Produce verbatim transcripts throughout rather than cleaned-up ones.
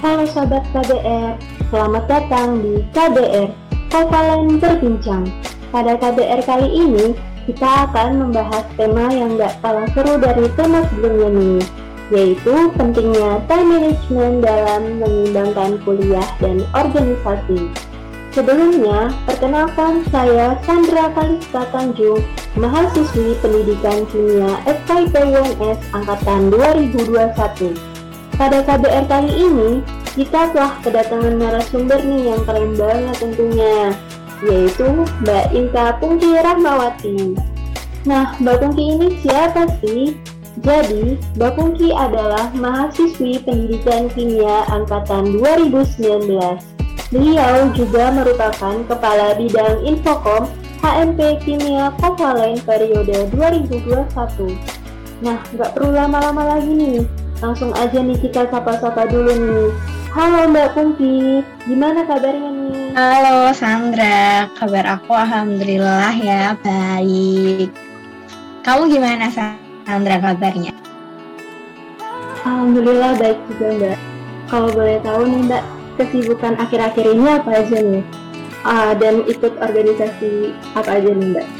Halo Sobat K B R, selamat datang di K B R, Kovalen Berbincang. Pada K B R kali ini, kita akan membahas tema yang gak kalah seru dari tema sebelumnya nih, yaitu pentingnya time management dalam menyeimbangkan kuliah dan organisasi. Sebelumnya, perkenalkan saya Sandra Kalista Tanjung, mahasiswi pendidikan kimia F K I P U N S Angkatan dua ribu dua puluh satu. Pada K B R kali ini, kita telah kedatangan narasumber nih yang keren banget tentunya, yaitu Mbak Inka Pungki Rahmawati. Nah, Mbak Pungki ini siapa sih? Jadi, Mbak Pungki adalah mahasiswi pendidikan kimia Angkatan dua ribu sembilan belas. Beliau juga merupakan Kepala Bidang Infokom H M P Kimia Kovalen periode dua ribu dua puluh satu. Nah, nggak perlu lama-lama lagi nih. Langsung aja nih kita sapa-sapa dulu nih. Halo Mbak Pungki, gimana kabarnya nih? Halo Sandra, kabar aku alhamdulillah ya baik. Kamu gimana Sandra kabarnya? Alhamdulillah baik juga Mbak. Kalau boleh tahu nih Mbak, kesibukan akhir-akhir ini apa aja nih? Uh, dan ikut organisasi apa aja nih Mbak?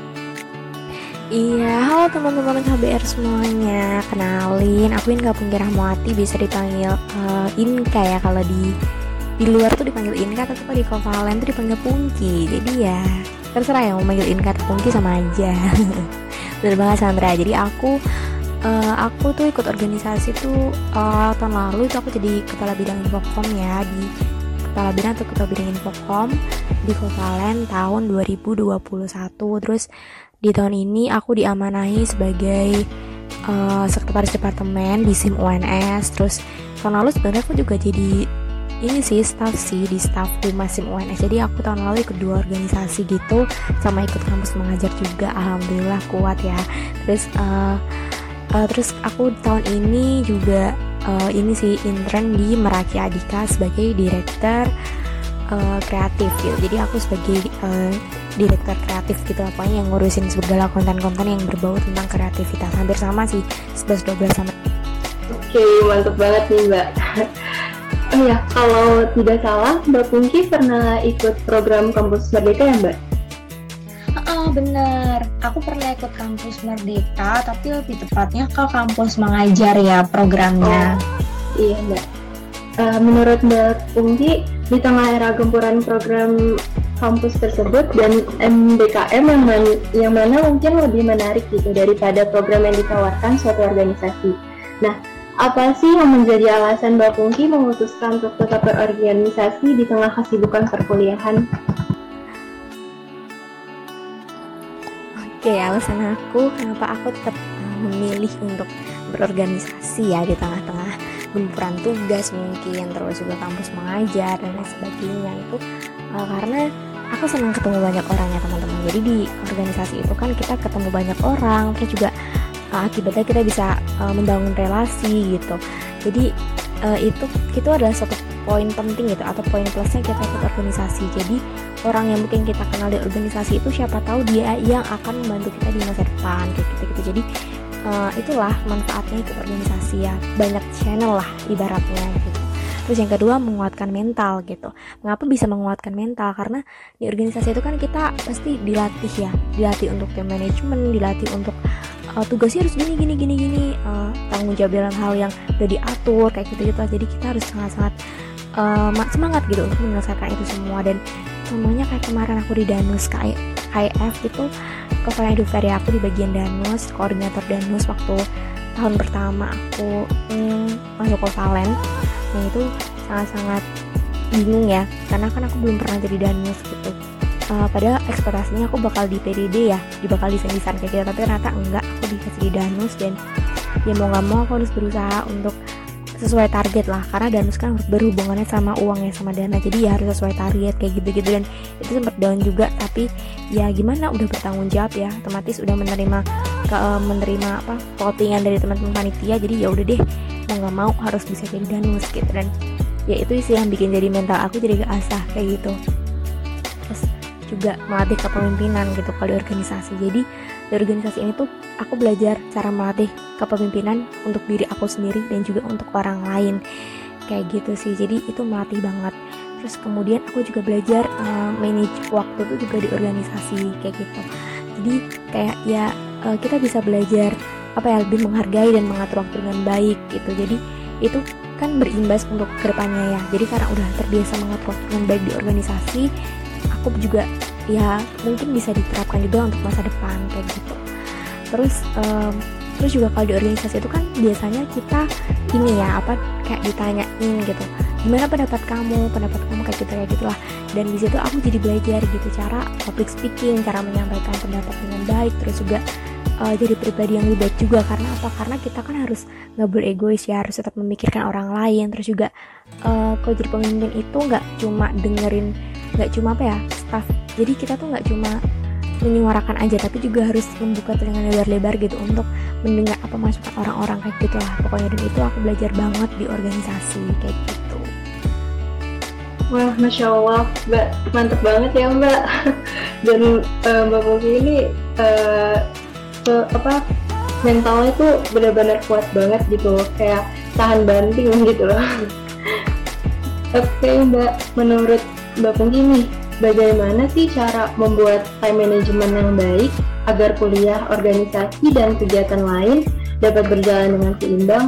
Iya, halo teman-teman K B R semuanya. Kenalin, aku Inka Pungki Rahmawati, bisa dipanggil uh, Inka ya. Kalau di di luar tuh dipanggil Inka, tapi kalau di Kovalen tuh dipanggil Pungki. Jadi ya terserah ya mau manggil Inka atau Pungki sama aja. Bener banget Sandra. Jadi aku uh, aku tuh ikut organisasi tuh uh, tahun lalu itu aku jadi kepala bidang infokom ya di kepala bidang atau ketua bidang infokom di Kovalen tahun dua ribu dua puluh satu. Terus di tahun ini aku diamanahi sebagai uh, sekretaris departemen di S I M U N S. Terus tahun lalu sebenarnya aku juga jadi ini sih staff sih di staff Humas S I M U N S. Jadi aku tahun lalu ikut dua organisasi gitu, sama ikut kampus mengajar juga. Alhamdulillah kuat ya. Terus uh, uh, terus aku tahun ini juga uh, ini sih intern di Meraki Adika sebagai direktur uh, kreatif gitu. Jadi aku sebagai uh, direktur kreatif gitu, apanya yang ngurusin segala konten-konten yang berbau tentang kreativitas. Hampir sama sih, sebelas dua belas sama. Oke, mantap banget nih Mbak. Oh ya, kalau tidak salah Mbak Pungki pernah ikut program Kampus Merdeka ya Mbak? Oh bener, aku pernah ikut Kampus Merdeka, tapi lebih tepatnya ke kampus mengajar ya programnya. Oh, iya Mbak. Uh, menurut Mbak Pungki, di tengah era gempuran program kampus tersebut dan M B K M yang, man- yang mana mungkin lebih menarik gitu daripada program yang ditawarkan suatu organisasi. Nah, apa sih yang menjadi alasan Mbak Pungki memutuskan untuk tetap berorganisasi di tengah kesibukan perkuliahan? Oke, alasan aku kenapa aku tetap uh, memilih untuk berorganisasi ya di tengah-tengah gempuran tugas mungkin, terus juga kampus mengajar dan lain sebagainya itu uh, karena aku senang ketemu banyak orang ya teman-teman. Jadi di organisasi itu kan kita ketemu banyak orang, terus juga uh, akibatnya kita bisa uh, membangun relasi gitu. Jadi uh, itu itu adalah satu poin penting gitu, atau poin plusnya kita ikut organisasi. Jadi orang yang mungkin kita kenal di organisasi itu siapa tahu dia yang akan membantu kita di masa depan kayak gitu-gitu. Jadi uh, itulah manfaatnya ikut organisasi ya, banyak channel lah ibaratnya gitu. Terus yang kedua, menguatkan mental gitu. Mengapa bisa menguatkan mental? Karena di organisasi itu kan kita pasti dilatih ya, dilatih untuk time management, dilatih untuk uh, tugasnya harus gini gini gini gini, uh, tanggung jawab dalam hal yang udah diatur kayak gitu-gitu. Jadi kita harus sangat-sangat uh, semangat gitu untuk menyelesaikan itu semua. Dan contohnya kayak kemarin aku di Danus K I F itu, Kovalen Edufair ya, aku di bagian Danus, koordinator Danus waktu tahun pertama aku hmm, masuk Kovalen. Nah itu sangat-sangat bingung ya, karena kan aku belum pernah jadi Danus gitu. Uh, padahal ekspektasinya aku bakal di P D D ya, di bakal desain-desain kayak gitu, tapi ternyata enggak, aku dikasih di Danus. Dan ya mau gak mau aku harus berusaha untuk sesuai target lah, karena Danus kan berhubungannya sama uang ya, sama dana, jadi ya harus sesuai target kayak gitu-gitu. Dan itu sempat down juga, tapi ya gimana, udah bertanggung jawab ya, otomatis udah menerima ke, uh, menerima apa votingan dari teman-teman panitia. Jadi ya udah deh, mau nggak mau harus bisa jadi Danus gitu. Dan ya itu sih yang bikin jadi mental aku jadi gak asah kayak gitu. Terus juga melatih kepemimpinan gitu kalau di organisasi. Jadi di organisasi ini tuh aku belajar cara melatih kepemimpinan untuk diri aku sendiri dan juga untuk orang lain. kayak gitu sih. Jadi itu melatih banget. Terus kemudian aku juga belajar uh, manage waktu tuh juga di organisasi kayak gitu. Jadi kayak ya uh, kita bisa belajar apa ya, lebih menghargai dan mengatur waktu dengan baik gitu. Jadi itu kan berimbas untuk kedepannya ya. Jadi karena udah terbiasa mengatur waktu dengan baik di organisasi, aku juga ya mungkin bisa diterapkan juga untuk masa depan kayak gitu. Terus um, terus juga kalau di organisasi itu kan biasanya kita ini ya apa kayak ditanyain gitu, gimana pendapat kamu, pendapat kamu kayak gitu kayak gitulah. Dan di situ aku jadi belajar gitu cara public speaking, cara menyampaikan pendapat dengan baik, terus juga uh, jadi pribadi yang lebih baik juga. Karena apa? Karena kita kan harus nggak boleh egois ya, harus tetap memikirkan orang lain. Terus juga uh, kalau jadi pemimpin itu nggak cuma dengerin, nggak cuma apa ya staff. Jadi kita tuh nggak cuma menyuarakan aja, tapi juga harus membuka telinga lebar-lebar gitu untuk mendengar apa masukan orang-orang kayak gitu lah pokoknya. Dan itu aku belajar banget di organisasi kayak gitu. Wah, Masya Allah, Mbak, mantep banget ya Mbak. Dan uh, Mbak Pungki ini uh, ke, apa mentalnya tuh benar-benar kuat banget gitu, kayak tahan banting gitu loh. Oke Mbak, menurut Mbak Pungki nih, bagaimana sih cara membuat time management yang baik agar kuliah, organisasi, dan kegiatan lain dapat berjalan dengan seimbang?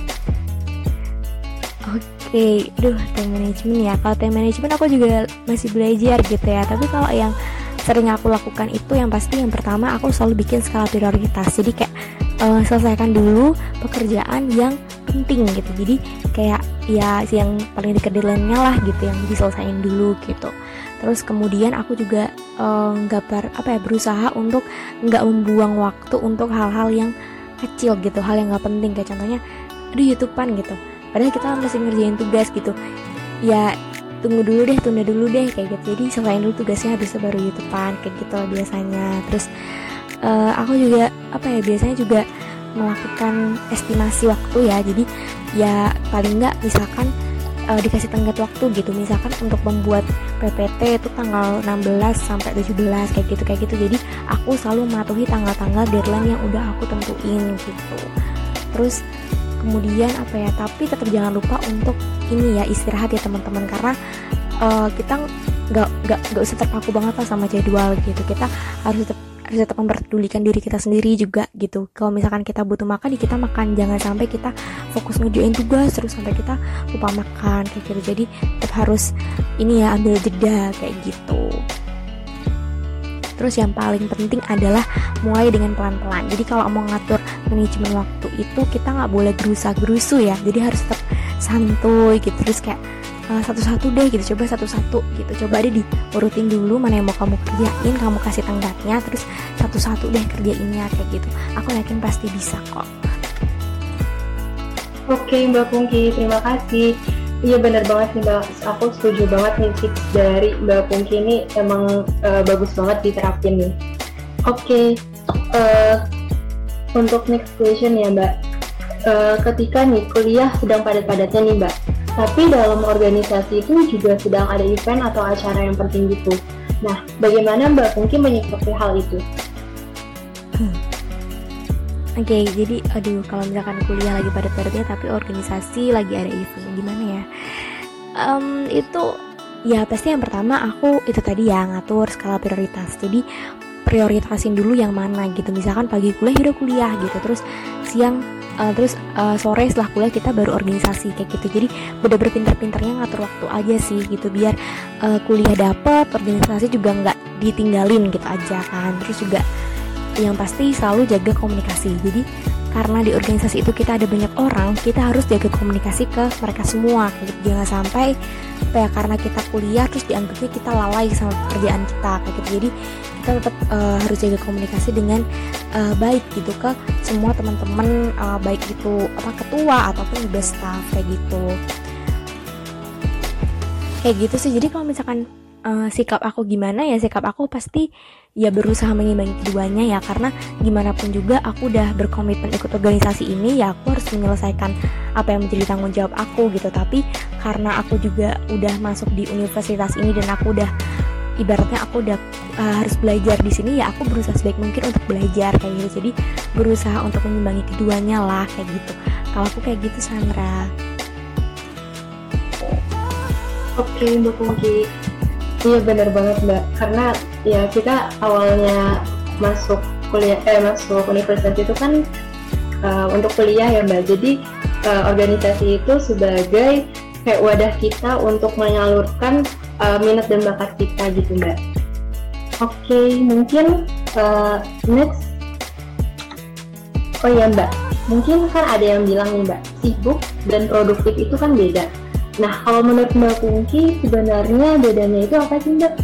Oke, duh, time management ya. Kalau time management aku juga masih belajar gitu ya. Tapi kalau yang sering aku lakukan itu yang pasti yang pertama aku selalu bikin skala prioritas. Jadi kayak uh, selesaikan dulu pekerjaan yang penting gitu. Jadi kayak ya yang paling dekat deadline-nya lah gitu yang diselesain dulu gitu. Terus kemudian aku juga nggak uh, ber, apa ya berusaha untuk nggak membuang waktu untuk hal-hal yang kecil gitu, hal yang nggak penting kayak contohnya aduh YouTubean gitu. Padahal kita masih ngerjain tugas gitu. Ya tunggu dulu deh, tunda dulu deh kayak gitu. Jadi selain dulu tugasnya habis itu baru YouTubean kayak gitu biasanya. Terus uh, aku juga apa ya biasanya juga melakukan estimasi waktu ya. Jadi ya paling nggak misalkan uh, dikasih tenggat waktu gitu. Misalkan untuk membuat P P T itu tanggal enam belas sampai tujuh belas kayak gitu kayak gitu. Jadi aku selalu mematuhi tanggal-tanggal deadline yang udah aku tentuin gitu. Terus kemudian apa ya, tapi tetap jangan lupa untuk ini ya istirahat ya teman-teman, karena uh, kita nggak nggak nggak usah terpaku banget lah sama jadwal gitu. Kita harus tetap harus tetap memperdulikan diri kita sendiri juga gitu. Kalau misalkan kita butuh makan, ya kita makan. Jangan sampai kita fokus ngerjain tugas terus sampai kita lupa makan kayak gitu. Jadi tetap harus ini ya ambil jeda kayak gitu. Terus yang paling penting adalah mulai dengan pelan-pelan. Jadi kalau mau ngatur manajemen waktu itu kita nggak boleh gerusa-gerusu ya. Jadi harus tetap santuy gitu. Terus kayak uh, satu-satu deh gitu. Coba satu-satu gitu. Coba deh diurutin dulu mana yang mau kamu kerjain. Kamu kasih tenggatnya. Terus satu-satu deh kerjainnya kayak gitu. Aku yakin pasti bisa kok. Oke Mbak Pungki, terima kasih. Iya benar banget nih Mbak, aku setuju banget nih tips dari Mbak Pungki ini emang uh, bagus banget diterapin nih. Oke, uh, untuk next question ya Mbak, uh, ketika nih kuliah sedang padat-padatnya nih Mbak, tapi dalam organisasi itu juga sedang ada event atau acara yang penting gitu. Nah, bagaimana Mbak Pungki menyikapi hal itu? Oke, okay, jadi aduh kalau misalkan kuliah lagi padat-padatnya tapi organisasi lagi ada event gimana ya? Um, itu ya pasti yang pertama aku itu tadi ya ngatur skala prioritas. Jadi prioritasin dulu yang mana gitu. Misalkan pagi kuliah udah kuliah gitu, terus siang uh, terus uh, sore setelah kuliah kita baru organisasi kayak gitu. Jadi bener-bener pintar-pintarnya ngatur waktu aja sih gitu biar uh, kuliah dapet, organisasi juga nggak ditinggalin gitu aja kan. Terus juga yang pasti selalu jaga komunikasi. Jadi karena di organisasi itu kita ada banyak orang, kita harus jaga komunikasi ke mereka semua gitu. Jangan sampai apa ya, karena kita kuliah terus dianggapnya kita lalai sama pekerjaan kita kayak gitu. Jadi kita tetap uh, harus jaga komunikasi dengan uh, baik gitu ke semua teman-teman, uh, baik itu apa ketua ataupun juga staff kayak gitu. Kayak gitu sih. Jadi kalau misalkan Uh, sikap aku gimana ya, sikap aku pasti ya berusaha mengimbangi keduanya ya, karena gimana pun juga aku udah berkomitmen ikut organisasi ini ya aku harus menyelesaikan apa yang menjadi tanggung jawab aku gitu. Tapi karena aku juga udah masuk di universitas ini dan aku udah ibaratnya aku udah uh, harus belajar di sini ya aku berusaha sebaik mungkin untuk belajar kayak gitu. Jadi berusaha untuk mengimbangi keduanya lah kayak gitu. Kalau aku kayak gitu Sandra. Oke Mbak Pungki, iya benar banget Mbak, karena ya kita awalnya masuk kuliah eh masuk universitas itu kan uh, untuk kuliah ya Mbak, jadi uh, organisasi itu sebagai kayak wadah kita untuk menyalurkan uh, minat dan bakat kita gitu Mbak. Oke, mungkin uh, next, oh ya Mbak, mungkin kan ada yang bilang nih Mbak, sibuk dan produktif itu kan beda. Nah, kalau menurut Mbak Pungki, sebenarnya bedanya itu apa sih Mbak?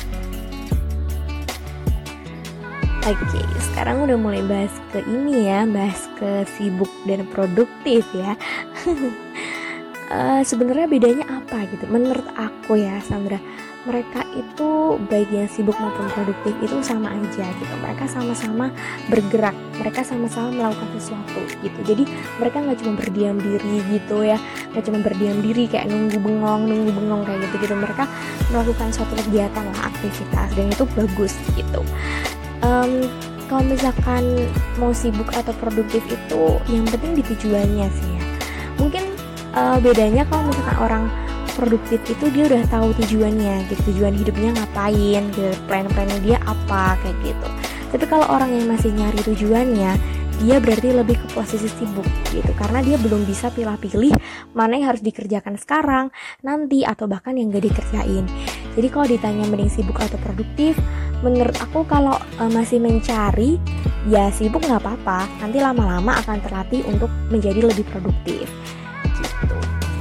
Oke, sekarang udah mulai bahas ke ini ya, bahas ke sibuk dan produktif ya. uh, Sebenarnya bedanya apa gitu? Menurut aku ya, Sandra, mereka itu baik yang sibuk maupun produktif itu sama aja gitu. Mereka sama-sama bergerak, mereka sama-sama melakukan sesuatu gitu. Jadi mereka nggak cuma berdiam diri gitu ya, nggak cuma berdiam diri kayak nunggu bengong, nunggu bengong kayak gitu gitu. Mereka melakukan suatu kegiatan lah, aktivitas, dan itu bagus gitu. Um, kalau misalkan mau sibuk atau produktif itu yang penting di tujuannya sih ya. Mungkin uh, bedanya kalau misalkan orang produktif itu dia udah tahu tujuannya gitu, tujuan hidupnya ngapain gitu, plan-plannya dia apa kayak gitu. Tapi kalau orang yang masih nyari tujuannya, dia berarti lebih ke posisi sibuk gitu, karena dia belum bisa pilih-pilih mana yang harus dikerjakan sekarang, nanti, atau bahkan yang gak dikerjain. Jadi kalau ditanya mending sibuk atau produktif, menurut aku kalau e, masih mencari, ya sibuk gak apa-apa, nanti lama-lama akan terlatih untuk menjadi lebih produktif gitu.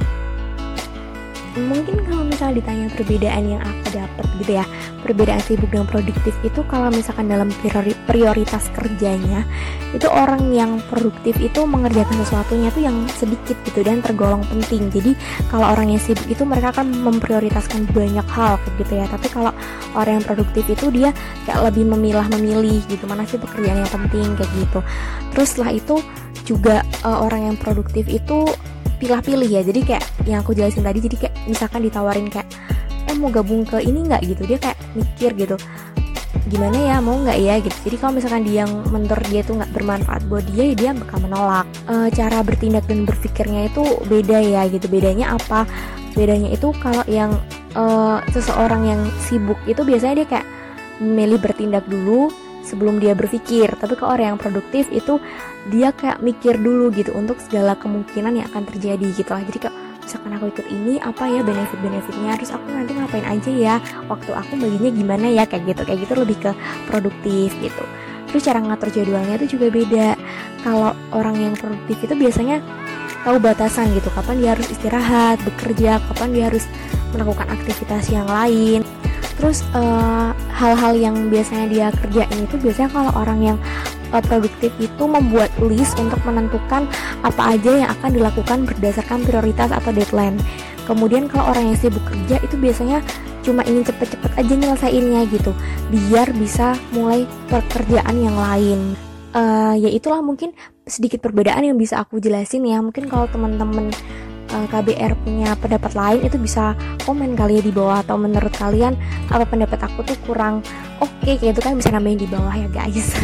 Mungkin kalau misalnya ditanya perbedaan yang aku dapat gitu ya, perbedaan sibuk dan produktif itu kalau misalkan dalam prioritas kerjanya, itu orang yang produktif itu mengerjakan sesuatunya tuh yang sedikit gitu dan tergolong penting. Jadi kalau orang yang sibuk itu mereka akan memprioritaskan banyak hal kayak gitu ya. Tapi kalau orang yang produktif itu dia kayak lebih memilah-memilih gitu, mana sih pekerjaan yang penting kayak gitu. Terus setelah itu juga uh, orang yang produktif itu pilih-pilih ya. Jadi kayak yang aku jelasin tadi, jadi kayak misalkan ditawarin kayak eh mau gabung ke ini nggak gitu, dia kayak mikir gitu, gimana ya, mau nggak ya gitu. Jadi kalau misalkan dia yang mentor dia tuh nggak bermanfaat buat dia, ya dia bakal menolak. E, cara bertindak dan berpikirnya itu beda ya gitu. Bedanya apa? Bedanya itu kalau yang e, seseorang yang sibuk itu biasanya dia kayak memilih bertindak dulu sebelum dia berpikir. Tapi kalau orang yang produktif itu dia kayak mikir dulu gitu untuk segala kemungkinan yang akan terjadi gitu lah. Jadi kayak misalkan aku ikut ini, apa ya benefit-benefitnya, terus aku nanti ngapain aja ya, waktu aku baginya gimana ya, kayak gitu kayak gitu lebih ke produktif gitu. Terus cara ngatur jadwalnya itu juga beda. Kalau orang yang produktif itu biasanya tahu batasan gitu, kapan dia harus istirahat, bekerja, kapan dia harus melakukan aktivitas yang lain. Terus uh, hal-hal yang biasanya dia kerjain itu biasanya kalau orang yang uh, produktif itu membuat list untuk menentukan apa aja yang akan dilakukan berdasarkan prioritas atau deadline. Kemudian kalau orang yang sibuk kerja itu biasanya cuma ingin cepet-cepet aja nyelesainnya gitu, biar bisa mulai pekerjaan yang lain. Uh, ya itulah mungkin sedikit perbedaan yang bisa aku jelasin ya. Mungkin kalau teman-teman K B R punya pendapat lain itu bisa komen kali ya di bawah, atau menurut kalian apa pendapat aku tuh kurang oke okay, kayak itu kan bisa nambahin di bawah ya guys.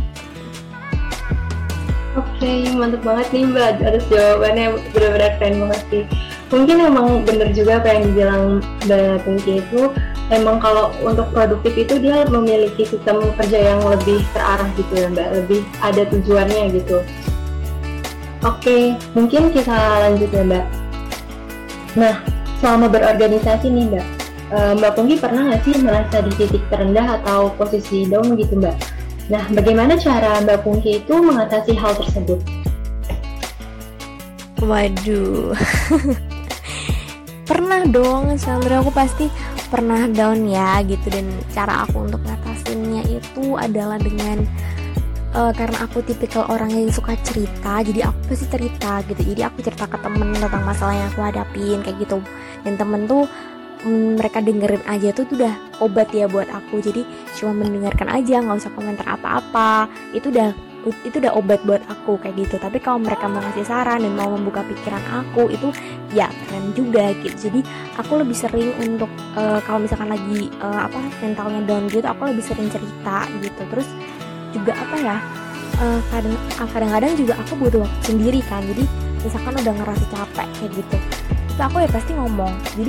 Oke, okay, mantap banget nih Mbak, atas jawabannya benar-benar keren banget sih. Mungkin emang bener juga apa yang dibilang Mbak Pungki itu, emang kalau untuk produktif itu dia memiliki sistem kerja yang lebih terarah gitu ya Mbak, lebih ada tujuannya gitu. Oke, okay, mungkin kita lanjut ya Mbak. Nah, selama berorganisasi nih Mbak, Mbak Pungki pernah nggak sih merasa di titik terendah atau posisi down gitu Mbak? Nah, bagaimana cara Mbak Pungki itu mengatasi hal tersebut? Waduh, pernah dong Sandra, aku pasti pernah down ya gitu. Dan cara aku untuk ngatasinnya itu adalah dengan Uh, karena aku tipikal orang yang suka cerita, jadi aku pasti cerita gitu. Jadi aku cerita ke temen tentang masalah yang aku hadapin kayak gitu. Dan temen tuh mm, mereka dengerin aja tuh, tuh udah obat ya buat aku. Jadi cuma mendengarkan aja, nggak usah komentar apa-apa. Itu udah itu udah obat buat aku kayak gitu. Tapi kalau mereka mau ngasih saran dan mau membuka pikiran aku, itu ya keren juga gitu. Jadi aku lebih sering untuk uh, kalau misalkan lagi uh, apa mentalnya down gitu, aku lebih sering cerita gitu. Terus juga apa ya, uh, kadang kadang-kadang juga aku butuh waktu sendiri kan. Jadi misalkan udah ngerasa capek kayak gitu, itu aku ya pasti ngomong. Jadi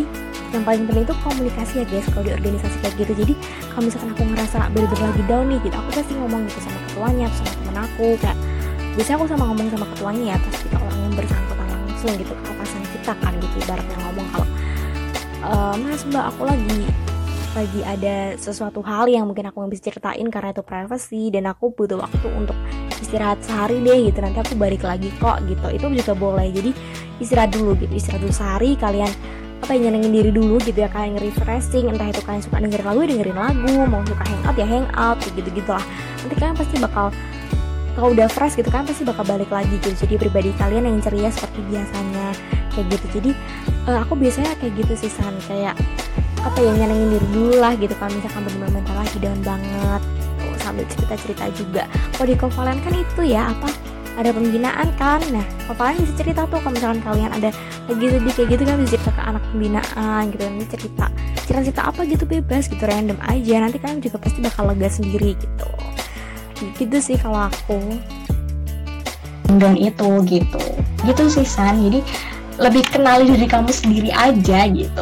yang paling penting itu komunikasi ya guys kalau di organisasi kayak gitu. Jadi kalau misalkan aku ngerasa bener-bener lagi down nih gitu, aku pasti ngomong gitu sama ketuanya atau sama temen aku. Kayak biasanya aku sama ngomong sama ketuanya ya, pas kita orang yang bersangkutan langsung gitu ke atasan kita kan gitu, ibaratnya ngomong kalau e, mas mbak aku lagi lagi ada sesuatu hal yang mungkin aku nggak bisa ceritain karena itu privacy dan aku butuh waktu untuk istirahat sehari deh gitu, nanti aku balik lagi kok gitu. Itu juga boleh, jadi istirahat dulu gitu, istirahat dulu sehari, kalian apa yang nyenengin diri dulu gitu ya, kalian refreshing, entah itu kalian suka dengerin lagu dengerin lagu, mau suka hangout ya hangout gitu gitulah. Nanti kalian pasti bakal, kalau udah fresh gitu kan pasti bakal balik lagi gitu, jadi pribadi kalian yang ceria seperti biasanya kayak gitu. Jadi uh, aku biasanya kayak gitu sih San, kayak apa yang nyenengin diri dulu lah gitu kalau misalkan bener-bener mental lagi down banget gitu, sambil cerita-cerita juga. Kalau di Kovalen kan itu ya apa, ada pembinaan kan, nah Kovalen bisa cerita tuh kalau misalkan kalian ada lagi sedih kayak gitu kan, bisa cerita ke anak pembinaan gitu, nanti cerita cerita-cerita apa gitu bebas gitu, random aja, nanti kalian juga pasti bakal lega sendiri gitu. Gitu sih kalau aku. Dan itu gitu gitu sih San, jadi lebih kenali diri kamu sendiri aja gitu.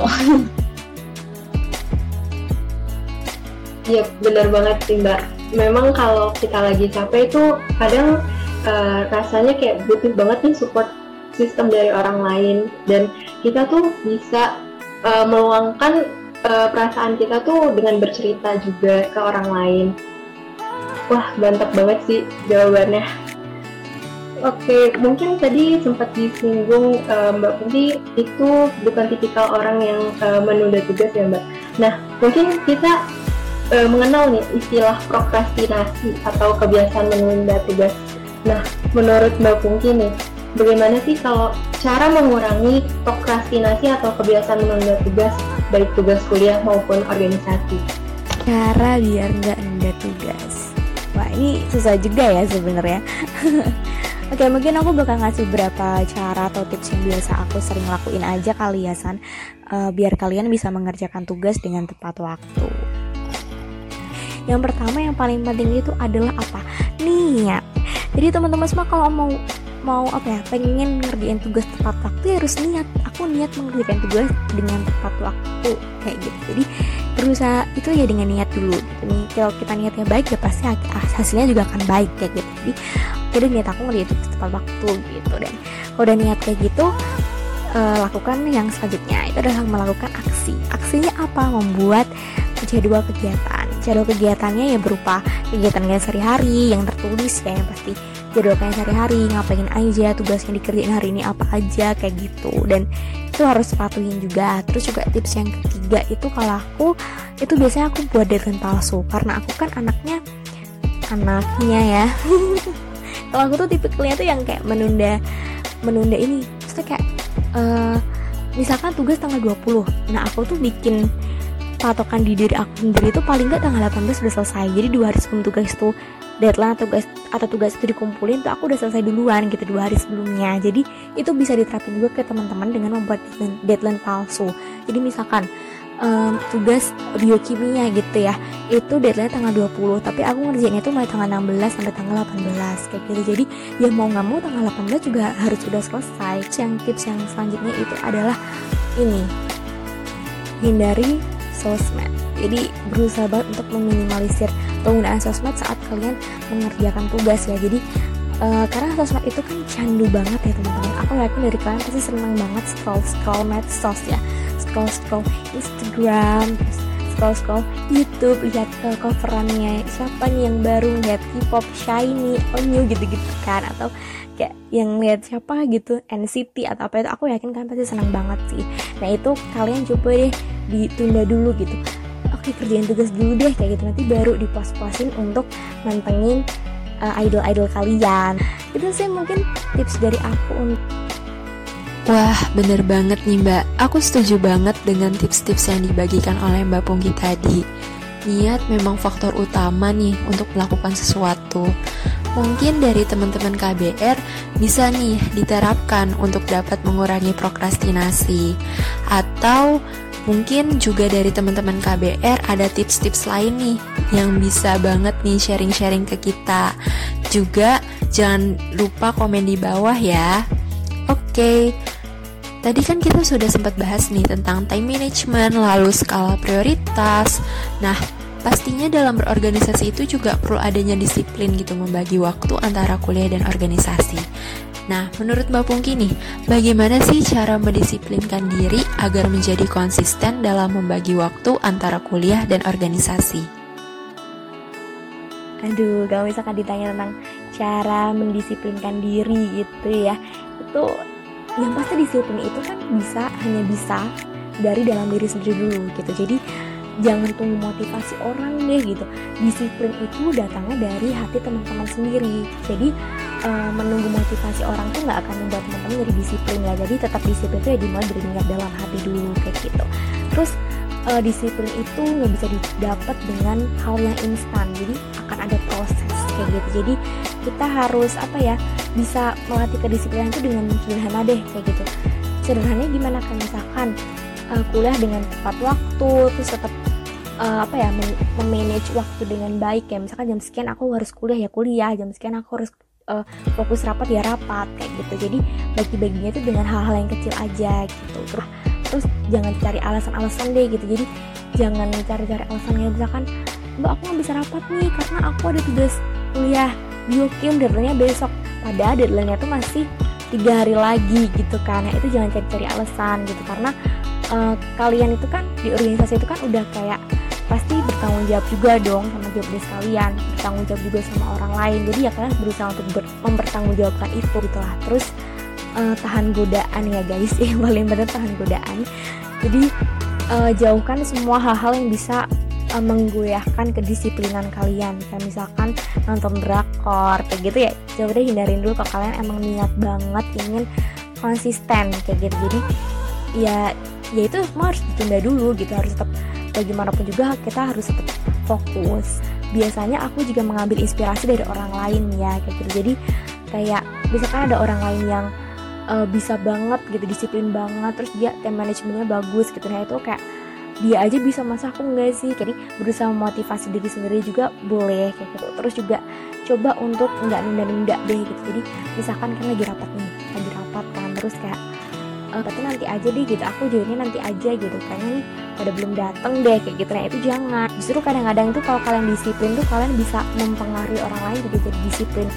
Iya benar banget sih Mbak. Memang kalau kita lagi capek itu kadang uh, rasanya kayak butuh banget nih support sistem dari orang lain, dan kita tuh bisa uh, meluangkan uh, perasaan kita tuh dengan bercerita juga ke orang lain. Wah mantap banget sih jawabannya. Oke, mungkin tadi sempat disinggung uh, Mbak Putih itu bukan tipikal orang yang uh, menunda tugas ya Mbak. Nah mungkin kita E, mengenal nih istilah prokrastinasi atau kebiasaan menunda tugas. Nah, menurut Mbak Pungki nih, bagaimana sih kalau cara mengurangi prokrastinasi atau kebiasaan menunda tugas, baik tugas kuliah maupun organisasi? Cara biar nggak nunda tugas. Wah, ini susah juga ya sebenarnya. Oke, mungkin aku bakal ngasih beberapa cara atau tips yang biasa aku sering lakuin aja kali ya San, e, biar kalian bisa mengerjakan tugas dengan tepat waktu. Yang pertama yang paling penting itu adalah apa? Niat. Jadi teman-teman semua kalau mau mau apa ya, pengen ngerjain tugas tepat waktu ya harus niat. Aku niat mengerjakan tugas dengan tepat waktu kayak gitu. Jadi berusaha itu ya dengan niat dulu. Jadi kalau kita niatnya baik ya pasti hasilnya juga akan baik kayak gitu. Jadi jadi niat aku ngerjain tugas tepat waktu gitu. Dan kalau udah niat kayak gitu, uh, lakukan yang selanjutnya itu adalah melakukan aksi. Aksinya apa? Membuat jadwal kegiatan. Jadwal kegiatannya ya berupa kegiatan kalian sehari-hari yang tertulis ya, yang pasti jadwal kalian sehari-hari, ngapain aja, tugas yang dikerjain hari ini apa aja kayak gitu, dan itu harus patuhin juga. Terus juga tips yang ketiga itu kalau aku itu biasanya aku buat deadline palsu, karena aku kan anaknya anaknya ya kalau aku tuh tipikalnya tuh yang kayak menunda menunda ini, maksudnya kayak uh, misalkan tugas tanggal dua puluh, nah aku tuh bikin patokan di diri aku sendiri itu paling nggak tanggal delapan belas sudah selesai. Jadi dua hari sebelum tugas itu deadline atau tugas atau tugas itu dikumpulin tuh aku udah selesai duluan gitu dua hari sebelumnya. Jadi itu bisa diterapin juga ke teman-teman dengan membuat deadline, deadline palsu. Jadi misalkan um, tugas biokimia gitu ya, itu deadline tanggal dua puluh, tapi aku ngerjainnya tuh mulai tanggal enam belas sampai tanggal delapan belas kayak gitu. Jadi ya mau nggak mau tanggal delapan belas juga harus sudah selesai. Yang tips yang selanjutnya itu adalah ini, hindari sosmed. Jadi berusaha banget untuk meminimalisir penggunaan sosmed saat kalian mengerjakan tugas ya. Jadi uh, karena sosmed itu kan candu banget ya teman-teman. Aku yakin dari kalian pasti seneng banget scroll scroll medsos ya, scroll scroll Instagram, terus scroll scroll YouTube, lihat uh, coverannya siapa nih yang baru, lihat K-pop, Shiny, Onyu gitu-gitu kan, atau kayak yang lihat siapa gitu N C T atau apa itu. Aku yakin kalian pasti seneng banget sih. Nah itu kalian coba deh ditunda dulu gitu, oke kerjain tugas dulu deh kayak gitu, nanti baru dipuas-puasin untuk mantengin uh, idol-idol kalian. Itu sih mungkin tips dari aku. Wah bener banget nih Mbak, aku setuju banget dengan tips-tips yang dibagikan oleh Mbak Pungki tadi. Niat memang faktor utama nih untuk melakukan sesuatu. Mungkin dari teman-teman K B R bisa nih diterapkan untuk dapat mengurangi prokrastinasi. Atau mungkin juga dari teman-teman K B R ada tips-tips lain nih yang bisa banget nih sharing-sharing ke kita. Juga jangan lupa komen di bawah ya. Oke, tadi kan kita sudah sempat bahas nih tentang time management, lalu skala prioritas. Nah, pastinya dalam berorganisasi itu juga perlu adanya disiplin gitu, membagi waktu antara kuliah dan organisasi. Nah, menurut Mbak Pungki nih, bagaimana sih cara mendisiplinkan diri agar menjadi konsisten dalam membagi waktu antara kuliah dan organisasi? Aduh, kalau misalkan ditanya tentang cara mendisiplinkan diri gitu ya, itu yang pasti disiplin itu kan bisa hanya bisa dari dalam diri sendiri dulu gitu. Jadi jangan tunggu motivasi orang deh gitu. Disiplin itu datangnya dari hati teman-teman sendiri. Jadi uh, menunggu motivasi orang tuh nggak akan membuat teman-teman jadi disiplin ya. Jadi tetap disiplin itu ya dimulai dari niat dalam hati dulu kayak gitu. Terus uh, disiplin itu nggak bisa didapat dengan hal yang instan. Jadi akan ada proses kayak gitu. Jadi kita harus apa ya, bisa melatih kedisiplinan itu dengan sederhana deh kayak gitu. Sederhananya gimana kan, misalkan uh, kuliah dengan tepat waktu, terus tetap uh, apa ya, memanage waktu dengan baik ya. Misalkan jam sekian aku harus kuliah ya kuliah, jam sekian aku harus uh, fokus rapat ya rapat kayak gitu. Jadi bagi-baginya itu dengan hal-hal yang kecil aja gitu. Terus, terus jangan cari alasan-alasan deh gitu. Jadi jangan cari-cari alasannya, misalkan Mbak aku nggak bisa rapat nih karena aku ada tugas kuliah biokim, deadline-nya besok, padahal deadline-nya tuh masih tiga hari lagi gitu kan. Nah itu jangan cari-cari alasan gitu, karena uh, kalian itu kan di organisasi itu kan udah kayak pasti bertanggung jawab juga dong sama job desk kalian, bertanggung jawab juga sama orang lain. Jadi ya kalian berusaha untuk ber- mempertanggungjawabkan itu gitu lah. Terus uh, tahan godaan ya guys, yang paling benar tahan godaan. Jadi uh, jauhkan semua hal-hal yang bisa uh, menggoyahkan kedisiplinan kalian. Kayak misalkan nonton drakor kayak gitu ya, coba deh hindarin dulu kalau kalian emang niat banget ingin konsisten kayak gitu. Jadi ya ya itu semua harus ditunda dulu gitu, harus tetap bagaimanapun juga kita harus tetap fokus. Biasanya aku juga mengambil inspirasi dari orang lain ya kayak gitu. Jadi kayak misalkan ada orang lain yang uh, bisa banget gitu, disiplin banget, terus dia time managementnya bagus gitu. Nah itu kayak dia aja bisa, masa aku enggak sih? Jadi berusaha memotivasi diri sendiri juga boleh kayak gitu. Terus juga coba untuk enggak nunda-nunda deh gitu. Jadi misalkan kan lagi rapat nih, lagi rapat kan, terus kayak e, tapi nanti aja deh gitu, aku jadinya nanti aja gitu, kayaknya nih pada belum dateng deh kayak gitu. Nah itu jangan. Justru kadang-kadang tuh kalau kalian disiplin tuh kalian bisa mempengaruhi orang lain juga jadi disiplin.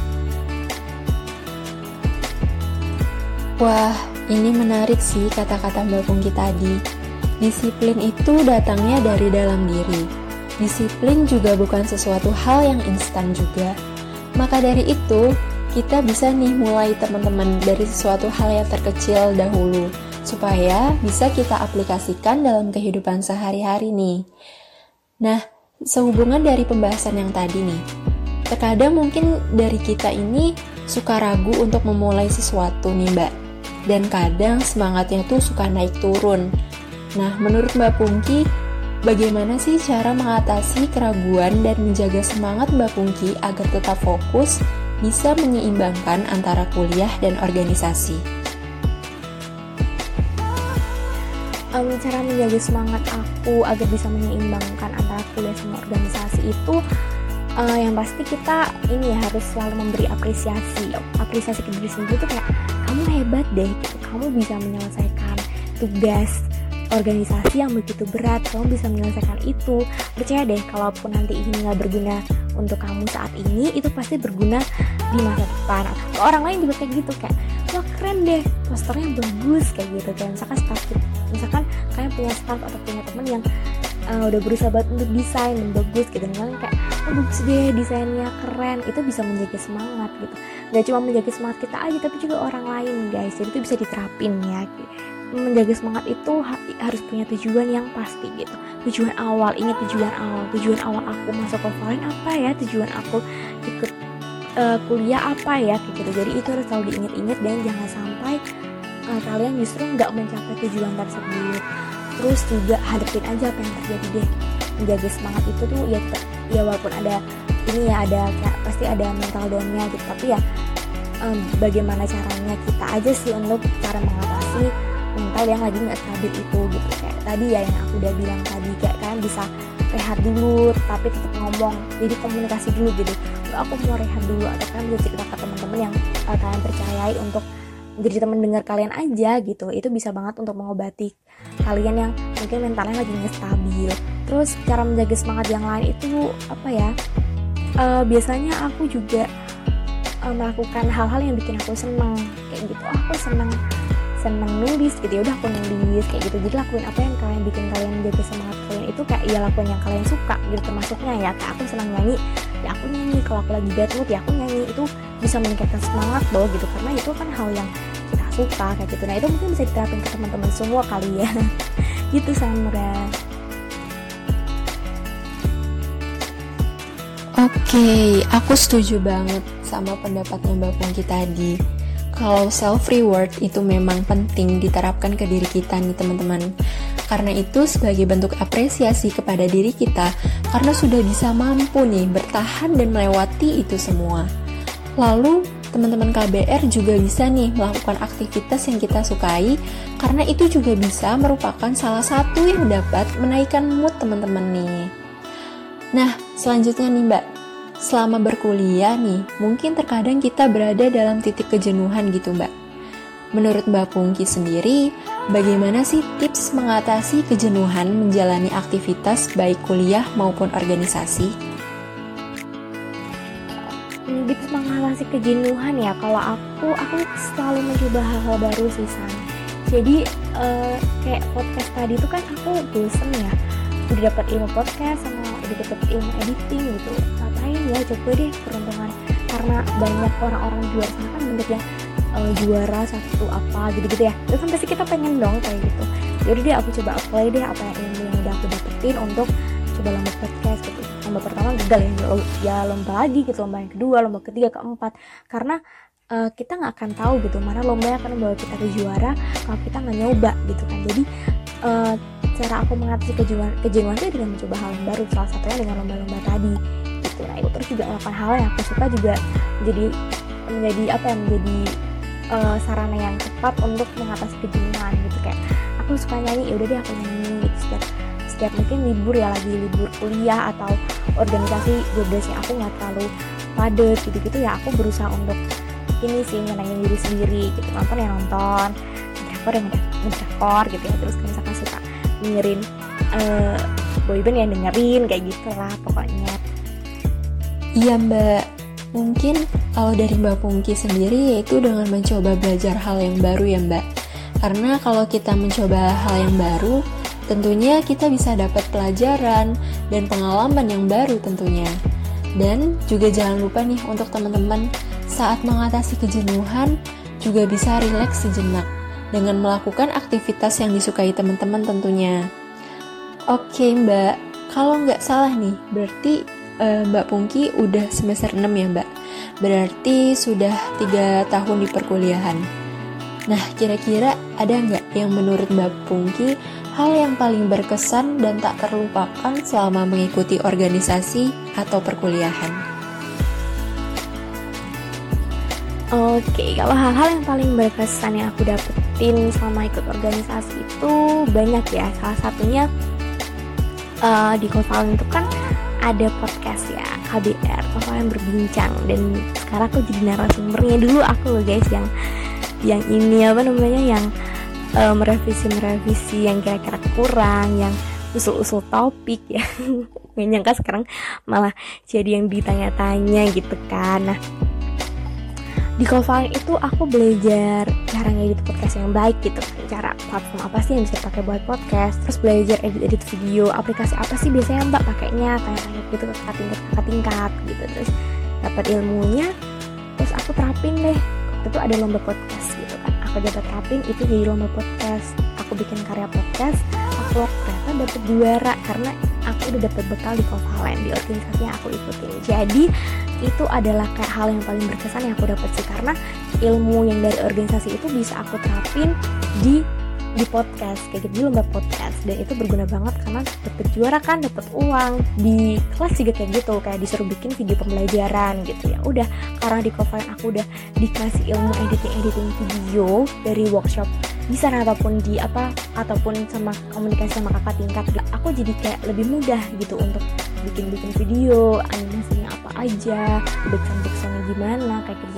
Wah, ini menarik sih kata-kata Mbak Pungki tadi. Disiplin itu datangnya dari dalam diri. Disiplin juga bukan sesuatu hal yang instan juga. Maka dari itu, kita bisa nih mulai teman-teman dari sesuatu hal yang terkecil dahulu, supaya bisa kita aplikasikan dalam kehidupan sehari-hari nih. Nah, sehubungan dari pembahasan yang tadi nih, terkadang mungkin dari kita ini suka ragu untuk memulai sesuatu nih Mbak. Dan kadang semangatnya tuh suka naik turun. Nah, menurut Mbak Pungki, bagaimana sih cara mengatasi keraguan dan menjaga semangat Mbak Pungki agar tetap fokus, bisa menyeimbangkan antara kuliah dan organisasi? Um, cara menjaga semangat aku agar bisa menyeimbangkan antara kuliah sama organisasi itu uh, yang pasti kita ini ya harus selalu memberi apresiasi. Apresiasi ke diri sendiri tuh kayak, kamu hebat deh, gitu. Kamu bisa menyelesaikan tugas organisasi yang begitu berat, kamu bisa menyelesaikan itu. Percaya deh, kalaupun nanti ini nggak berguna untuk kamu saat ini, itu pasti berguna di masa depan. Atau orang lain juga kayak gitu, kayak wah keren deh, posternya bagus kayak gitu. Kayak misalkan staff, misalkan kalian punya staff atau punya teman yang uh, udah berusaha banget untuk desain dan bagus gitu, misalkan kayak oh bagus deh desainnya keren, itu bisa menjaga semangat gitu. Gak cuma menjaga semangat kita aja, tapi juga orang lain guys. Jadi itu bisa diterapin ya. Menjaga semangat itu ha- harus punya tujuan yang pasti gitu. Tujuan awal, ingat tujuan awal. Tujuan awal aku masuk Kovalen apa ya? Tujuan aku ikut uh, kuliah apa ya? Kayak gitu. Jadi itu harus selalu diingat-ingat dan jangan sampai uh, kalian justru nggak mencapai tujuan tersebut. Terus juga hadapin aja apa yang terjadi deh. Menjaga semangat itu tuh ya, ya walaupun ada ini ya ada kayak pasti ada mental down-nya gitu. Tapi ya um, bagaimana caranya kita aja sih untuk cara mengatasi mental yang lagi nggak stabil itu gitu. Kayak tadi ya yang aku udah bilang tadi, kayak kalian bisa rehat dulu tapi tetap ngomong, jadi komunikasi dulu gitu. Nggak, aku mau rehat dulu, atau kalian bisa cerita ke teman-teman yang uh, kalian percayai untuk jadi teman dengar kalian aja gitu, itu bisa banget untuk mengobati kalian yang mungkin mentalnya lagi nggak stabil. Terus cara menjaga semangat yang lain itu apa ya, uh, biasanya aku juga uh, melakukan hal-hal yang bikin aku seneng kayak gitu. Aku seneng seneng nulis gitu, ya udah aku nulis kayak gitu. Jadi lakuin apa yang kalian bikin kalian menjaga semangat kalian itu, kayak ya lakuin yang kalian suka gitu. Termasuknya ya kayak aku senang nyanyi, ya aku nyanyi. Kalau aku lagi bad mood ya aku nyanyi. Itu bisa meningkatkan semangat loh gitu, karena itu kan hal yang kita suka kayak gitu. Nah itu mungkin bisa diterapin ke teman-teman semua kali ya. Gitu Samra. Oke, aku setuju banget sama pendapatnya Mbak Pungki tadi. Kalau self reward itu memang penting diterapkan ke diri kita nih teman-teman. Karena itu sebagai bentuk apresiasi kepada diri kita, karena sudah bisa mampu nih bertahan dan melewati itu semua. Lalu teman-teman K B R juga bisa nih melakukan aktivitas yang kita sukai, karena itu juga bisa merupakan salah satu yang dapat menaikkan mood teman-teman nih. Nah, selanjutnya nih Mbak, selama berkuliah nih, mungkin terkadang kita berada dalam titik kejenuhan gitu Mbak. Menurut Mbak Pungki sendiri, bagaimana sih tips mengatasi kejenuhan menjalani aktivitas baik kuliah maupun organisasi? Tips mengatasi kejenuhan ya, kalau aku, aku selalu mencoba hal-hal baru sih San. Jadi uh, kayak podcast tadi itu kan aku bosen ya, udah dapat ilmu podcast sama udah dapat ilmu editing gitu, ngapain ya, coba deh peruntungan, karena banyak orang-orang di luar sana kan banyak yang uh, juara satu apa gitu-gitu ya, terus kan pasti kita pengen dong kayak gitu. Jadi deh aku coba apply deh apa yang ilmu yang udah aku dapetin untuk coba lomba podcast gitu. Lomba pertama gagal ya, ya lomba lagi gitu, lomba yang kedua, lomba ketiga, keempat, karena uh, kita nggak akan tahu gitu mana lomba yang akan membawa kita ke juara kalau kita nggak nyoba gitu kan. Jadi uh, cara aku mengatasi kejenuhan, kejenuhan itu dengan mencoba hal yang baru, salah satunya dengan lomba-lomba tadi gitu. Nah itu terus juga melakukan hal yang aku suka juga jadi menjadi apa ya, menjadi uh, sarana yang tepat untuk mengatasi kejenuhan gitu. Kayak aku suka nyanyi, ya udah deh aku nyanyi gitu setiap setiap mungkin libur ya, lagi libur kuliah atau organisasi jobdesknya aku nggak terlalu padat gitu-gitu ya, aku berusaha untuk ini sih nyenangin diri sendiri gitu, nonton ya nonton, ngedrakor ya ngedrakor gitu ya. Terus misalkan suka dengerin uh, boyband ya dengerin kayak gitu lah pokoknya. Iya Mbak, mungkin kalau dari Mbak Pungki sendiri yaitu dengan mencoba belajar hal yang baru ya Mbak. Karena kalau kita mencoba hal yang baru, tentunya kita bisa dapat pelajaran dan pengalaman yang baru tentunya. Dan juga jangan lupa nih untuk teman-teman, saat mengatasi kejenuhan juga bisa rileks sejenak dengan melakukan aktivitas yang disukai teman-teman tentunya. Oke Mbak, kalau nggak salah nih, berarti uh, Mbak Pungki udah semester enam ya Mbak? Berarti sudah tiga tahun di perkuliahan. Nah, kira-kira ada nggak yang menurut Mbak Pungki hal yang paling berkesan dan tak terlupakan selama mengikuti organisasi atau perkuliahan? Oke, kalau hal-hal yang paling berkesan yang aku dapetin selama ikut organisasi itu banyak ya. Salah satunya uh, di Kovalen itu kan ada podcast ya, K B R, Kovalen Berbincang. Dan sekarang aku jadi narasumbernya. Dulu aku loh guys yang yang ini apa namanya yang uh, merevisi-merevisi yang kira-kira kurang, yang usul-usul topik ya. Nggak nyangka sekarang malah jadi yang ditanya-tanya gitu kan. Nah, di Kovalen itu aku belajar cara ngedit podcast yang baik gitu, cara platform apa sih yang bisa pakai buat podcast, terus belajar edit-edit video, aplikasi apa sih biasanya Mbak pakainya, tanya-tanya gitu ke kakak tingkat kakak tingkat gitu. Terus dapat ilmunya, terus aku terapin deh. Itu ada lomba podcast gitu kan, aku dapat terapin itu jadi lomba podcast. Aku bikin karya podcast, aku ternyata dapet juara karena aku udah dapet bekal di Kovalen, di organisasi yang aku ikutin. Jadi itu adalah kayak hal yang paling berkesan yang aku dapet sih, karena ilmu yang dari organisasi itu bisa aku terapin di di podcast kayak gitu, di lomba podcast. Dan itu berguna banget karena dapet juara kan, dapet uang. Di kelas juga kayak gitu, kayak disuruh bikin video pembelajaran gitu ya. Udah, karena di Kovalen aku udah dikasih ilmu editing editing video dari workshop di sana ataupun di apa ataupun sama komunikasi sama kakak tingkat, aku jadi kayak lebih mudah gitu untuk bikin-bikin video, animasinya apa aja, background-backgroundnya gimana kayak gitu. Jadi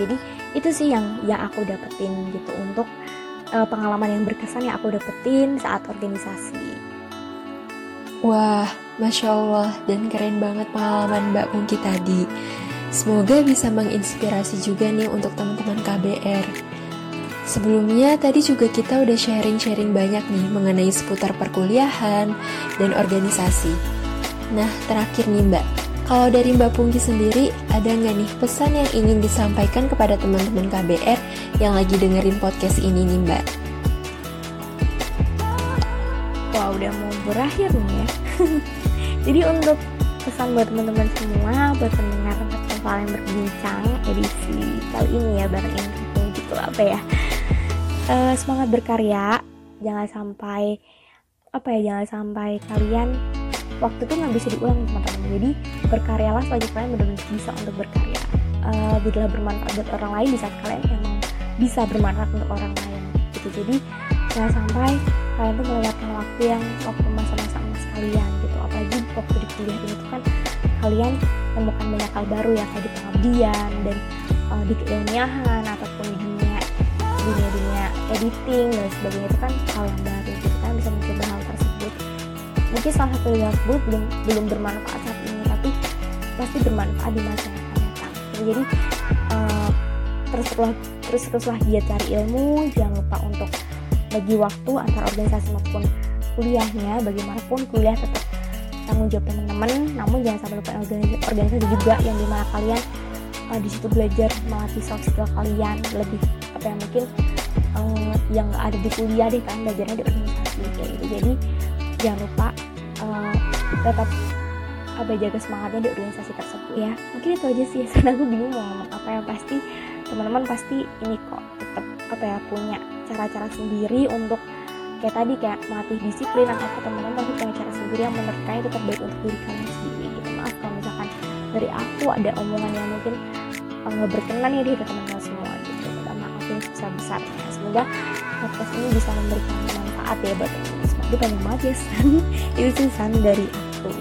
Itu sih yang yang aku dapetin gitu untuk uh, pengalaman yang berkesan yang aku dapetin saat organisasi. Wah, Masya Allah, dan keren banget pengalaman Mbak Pungki tadi. Semoga bisa menginspirasi juga nih untuk teman-teman K B R. Sebelumnya tadi juga kita udah sharing-sharing banyak nih mengenai seputar perkuliahan dan organisasi. Nah, terakhir nih Mbak, kalau dari Mbak Pungki sendiri, ada nggak nih pesan yang ingin disampaikan kepada teman-teman K B R yang lagi dengerin podcast ini nih Mbak? Wah, udah mau berakhir nih ya. Jadi untuk pesan buat teman-teman semua, buat pendengar Hafalan Berbincang edisi kali ini ya, bareng ini gitu apa ya, uh, semangat berkarya, jangan sampai apa ya, jangan sampai kalian waktu tuh nggak bisa diulang teman-teman. Jadi berkaryalah selagi kalian benar-benar bisa untuk berkarya. Uh, jadilah bermanfaat buat orang lain di saat kalian emang bisa bermanfaat untuk orang lain gitu. Jadi jangan sampai kalian tuh melewatkan waktu yang waktu masa-masa emas kalian gitu. Apalagi waktu di kuliah ini tuh kan kalian menemukan banyak hal baru ya, kayak di pengabdian dan uh, di keilmiahan ataupun di dunia dunia-dunia editing dan sebagainya, itu kan hal yang baru gitu. Kalian bisa mencoba hal tersebut. Mungkin salah satu yang tersebut belum belum bermanfaat saat ini, tapi pasti bermanfaat di masa yang akan datang. Jadi uh, terus terus terus teruslah giat cari ilmu, jangan lupa untuk bagi waktu antara organisasi maupun kuliahnya. Bagaimanapun kuliah tetap tanggung jawab teman-teman, namun jangan sampai lupa organisasi, organisasi juga yang dimana kalian uh, di situ belajar melatih soft skill kalian lebih apa yang mungkin uh, yang nggak ada di kuliah deh, kan belajarnya di organisasi kayak gitu. Jadi jangan lupa uh, tetap apa jaga semangatnya di organisasi tersebut ya. Mungkin itu aja sih, karena aku bingung mau ngomong apa. Yang pasti teman-teman pasti ini kok tetap apa ya, punya cara-cara sendiri untuk kayak tadi kayak melatih disiplin atau apa, teman-teman pasti punya cara sendiri yang menurut kalian itu terbaik untuk diri kalian sendiri gitu. Maaf kalau misalkan dari aku ada omongan yang mungkin nggak uh, berkenan ya di teman-teman semua gitu. Minta maaf yang sebesar-besarnya. Semoga podcast ini bisa memberikan manfaat ya buat teman-teman semua. Itu penting banget ya San. Itu sih San dari aku.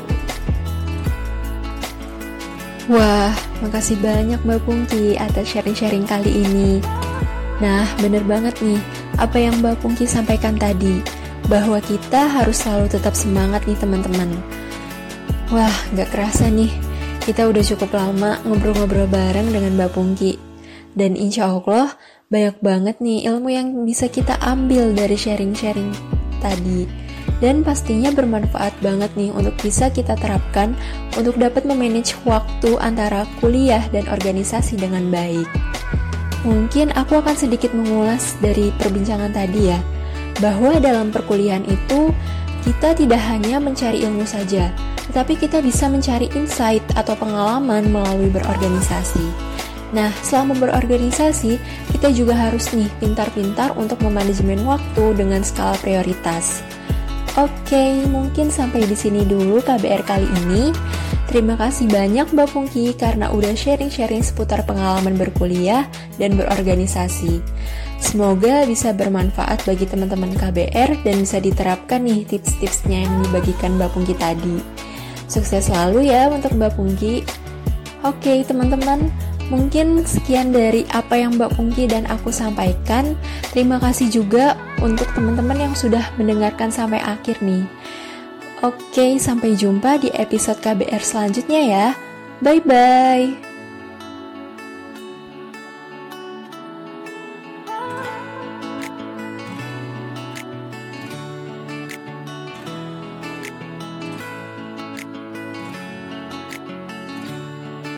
Wah, makasih banyak Mbak Pungki atas sharing-sharing kali ini. Nah, bener banget nih apa yang Mbak Pungki sampaikan tadi, bahwa kita harus selalu tetap semangat nih teman-teman. Wah, gak kerasa nih, kita udah cukup lama ngobrol-ngobrol bareng dengan Mbak Pungki. Dan insya Allah banyak banget nih ilmu yang bisa kita ambil dari sharing-sharing tadi. Dan pastinya bermanfaat banget nih untuk bisa kita terapkan untuk dapat memanage waktu antara kuliah dan organisasi dengan baik. Mungkin aku akan sedikit mengulas dari perbincangan tadi ya, bahwa dalam perkuliahan itu kita tidak hanya mencari ilmu saja, tetapi kita bisa mencari insight atau pengalaman melalui berorganisasi. Nah, selama berorganisasi, kita juga harus nih pintar-pintar untuk memanajemen waktu dengan skala prioritas. Oke, mungkin sampai di sini dulu K B R kali ini. Terima kasih banyak Mbak Pungki karena udah sharing-sharing seputar pengalaman berkuliah dan berorganisasi. Semoga bisa bermanfaat bagi teman-teman K B R dan bisa diterapkan nih tips-tipsnya yang dibagikan Mbak Pungki tadi. Sukses selalu ya untuk Mbak Pungki. Oke teman-teman, mungkin sekian dari apa yang Mbak Pungki dan aku sampaikan. Terima kasih juga untuk teman-teman yang sudah mendengarkan sampai akhir nih. Oke, sampai jumpa di episode K B R selanjutnya ya. Bye-bye.